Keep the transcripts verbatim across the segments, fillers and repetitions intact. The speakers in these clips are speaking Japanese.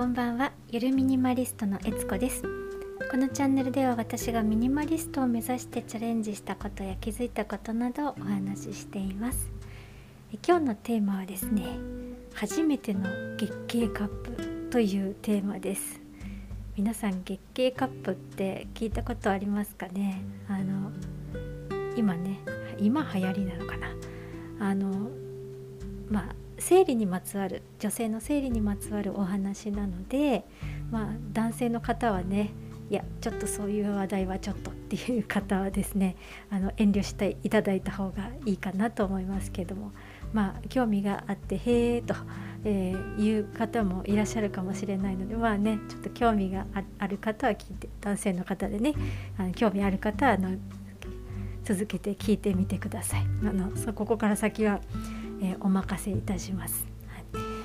こんばんは。ゆるミニマリストのえつこです。このチャンネルでは私がミニマリストを目指してチャレンジしたことや気づいたことなどをお話ししています。今日のテーマはですね、初めての月経カップというテーマです。皆さん月経カップって聞いたことありますかね。あの今ね今流行りなのかなあのまあ生理にまつわる女性の生理にまつわるお話なので、まあ、男性の方はねいやちょっとそういう話題はちょっとっていう方はですねあの遠慮していただいた方がいいかなと思いますけども、まあ興味があってへーと、えー、いう方もいらっしゃるかもしれないので、まあねちょっと興味がある方は聞いて、男性の方でねあの興味ある方はあの続けて聞いてみてください。あのそここから先はえー、お任せいたします。はい、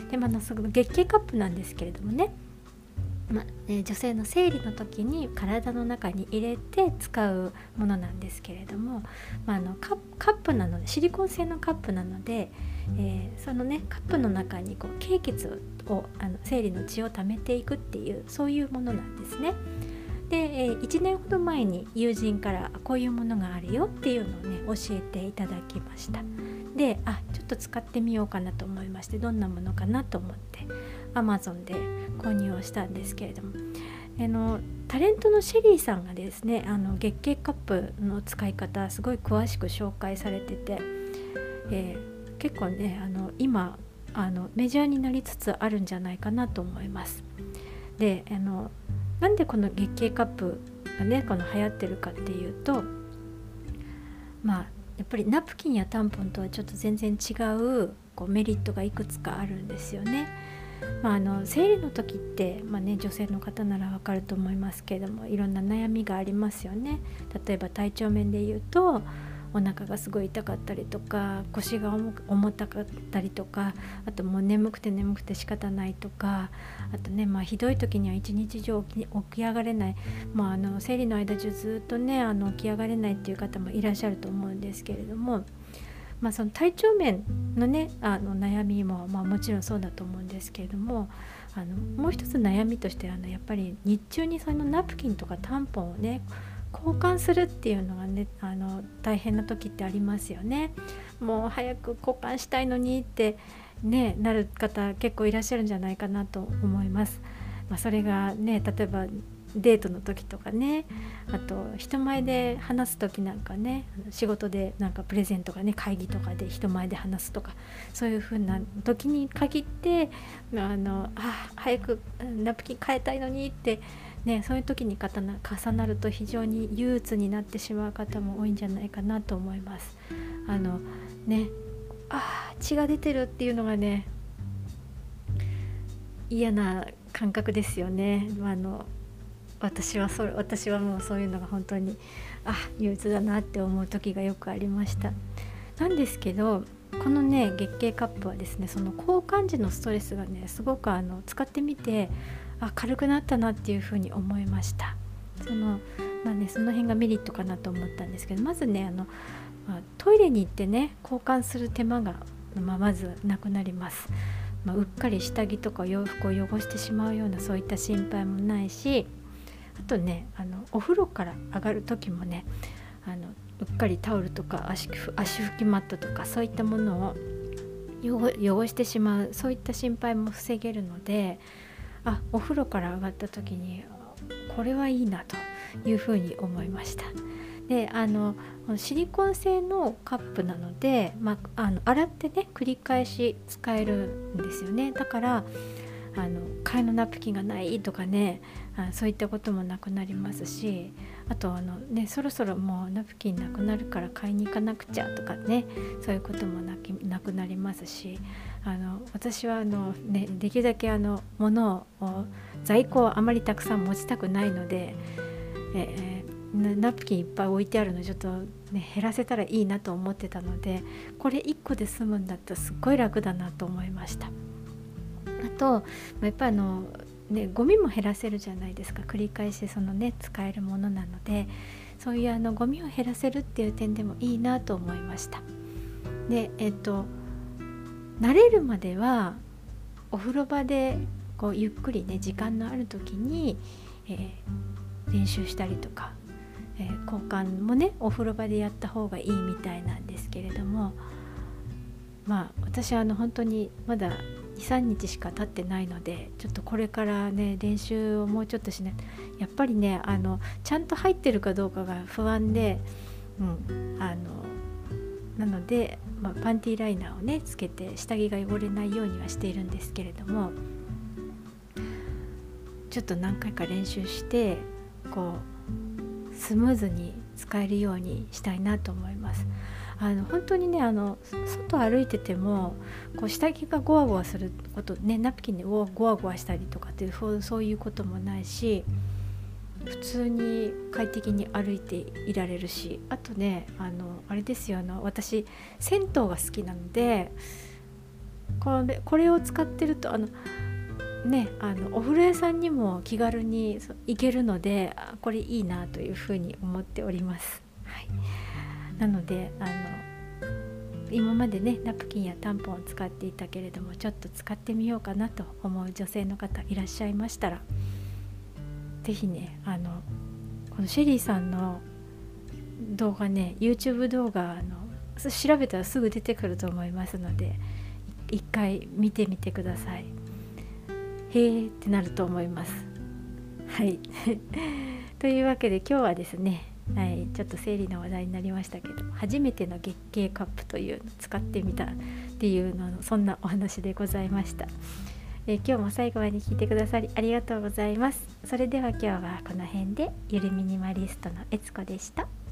でもあのその月経カップなんですけれどもね、まえー、女性の生理の時に体の中に入れて使うものなんですけれども、まあ、あの カ, カップなのでシリコン製のカップなので、えー、そのねカップの中にこう経血をあの生理の血を溜めていくっていうそういうものなんですね。で、えー、いちねんほど前に友人からこういうものがあるよっていうのをね教えていただきました。で、あ、ちょっと使ってみようかなと思いまして、どんなものかなと思って Amazon で購入をしたんですけれども、あのタレントのシェリーさんがですねあの月経カップの使い方すごい詳しく紹介されてて、えー、結構ねあの今あのメジャーになりつつあるんじゃないかなと思います。で、あのなんでこの月経カップがねこの流行ってるかっていうと、まあやっぱりナプキンやタンポンとはちょっと全然違う、こうメリットがいくつかあるんですよね。まあ、あの生理の時って、まあね、女性の方ならわかると思いますけれどもいろんな悩みがありますよね。例えば体調面で言うとお腹がすごい痛かったりとか腰が重たかったりとか、あともう眠くて眠くて仕方ないとか、あとね、まあ、ひどい時には一日中起き、起き上がれない、まあ、あの生理の間中ずっとねあの起き上がれないっていう方もいらっしゃると思うんですけれども、まあ、その体調面のねあの悩みも、まあ、もちろんそうだと思うんですけれども、あのもう一つ悩みとしてあのやっぱり日中にそのナプキンとかタンポンをね交換するっていうのがねあの大変な時ってありますよね。もう早く交換したいのにってねなる方結構いらっしゃるんじゃないかなと思います。まあ、それがね例えばデートの時とかね、あと人前で話す時なんかね仕事でなんかプレゼントがね会議とかで人前で話すとかそういう風な時に限ってあのあ早くナプキン変えたいのにってね、そういう時に重なると非常に憂鬱になってしまう方も多いんじゃないかなと思います。あのね、あ血が出てるっていうのがね嫌な感覚ですよね。あの私はそれ私はもうそういうのが本当にあ憂鬱だなって思う時がよくありました。なんですけどこのね月経カップはですねその交換時のストレスがねすごくあの使ってみてあ軽くなったなっていうふうに思いました。そのまあねその辺がメリットかなと思ったんですけど、まずねあの、まあ、トイレに行ってね交換する手間が、まあ、まずなくなります。まあ、うっかり下着とか洋服を汚してしまうようなそういった心配もないし、あとねあのお風呂から上がる時もねあのうっかりタオルとか 足, 足拭きマットとかそういったものを汚してしまうそういった心配も防げるので、あお風呂から上がった時にこれはいいなというふうに思いました。であのシリコン製のカップなので、まあ、あの洗ってね繰り返し使えるんですよね。だからあの替えのナプキンがないとかねあそういったこともなくなりますし、あとあの、ね、そろそろもうナプキンなくなるから買いに行かなくちゃとかねそういうことも な, きなくなりますし、あの私はあの、ね、できるだけあの物を在庫をあまりたくさん持ちたくないので、えー、ナプキンいっぱい置いてあるのちょっと、ね、減らせたらいいなと思ってたので、これいっこで済むんだったらすっごい楽だなと思いました。あとやっぱりあの、ね、ゴミも減らせるじゃないですか。繰り返しその、ね、使えるものなので、そういうあのゴミを減らせるっていう点でもいいなと思いました。で、えっと慣れるまではお風呂場でこうゆっくりね時間のある時に、えー、練習したりとか、えー、交換もねお風呂場でやった方がいいみたいなんですけれども、まあ私はあの本当にまだにさんにちしか経ってないので、ちょっとこれからね練習をもうちょっとしない、やっぱりねあのちゃんと入ってるかどうかが不安で、うん、あのなので、まあ、パンティーライナーをねつけて下着が汚れないようにはしているんですけれども、ちょっと何回か練習してこうスムーズに使えるようにしたいなと思います。あの本当にねあの外歩いててもこう下着がゴワゴワすることね、ナプキンでゴワゴワしたりとかっていうそういうこともないし、普通に快適に歩いていられるし、あとねあのあれですよ、あの私銭湯が好きなので、これこれを使ってるとあのねあのお風呂屋さんにも気軽に行けるので、これいいなというふうに思っております。はい、なのであの今までねナプキンやタンポンを使っていたけれども、ちょっと使ってみようかなと思う女性の方いらっしゃいましたら、ぜひねあのこのシェリーさんの動画ね YouTube 動画の調べたらすぐ出てくると思いますので、一回見てみてください。へーってなると思います。はいというわけで今日はですね、はい、ちょっと生理の話題になりましたけど、初めての月経カップというのを使ってみたっていうのそんなお話でございました。えー、今日も最後まで聞いてくださりありがとうございます。それでは今日はこの辺で、ゆるミニマリストのえつこでした。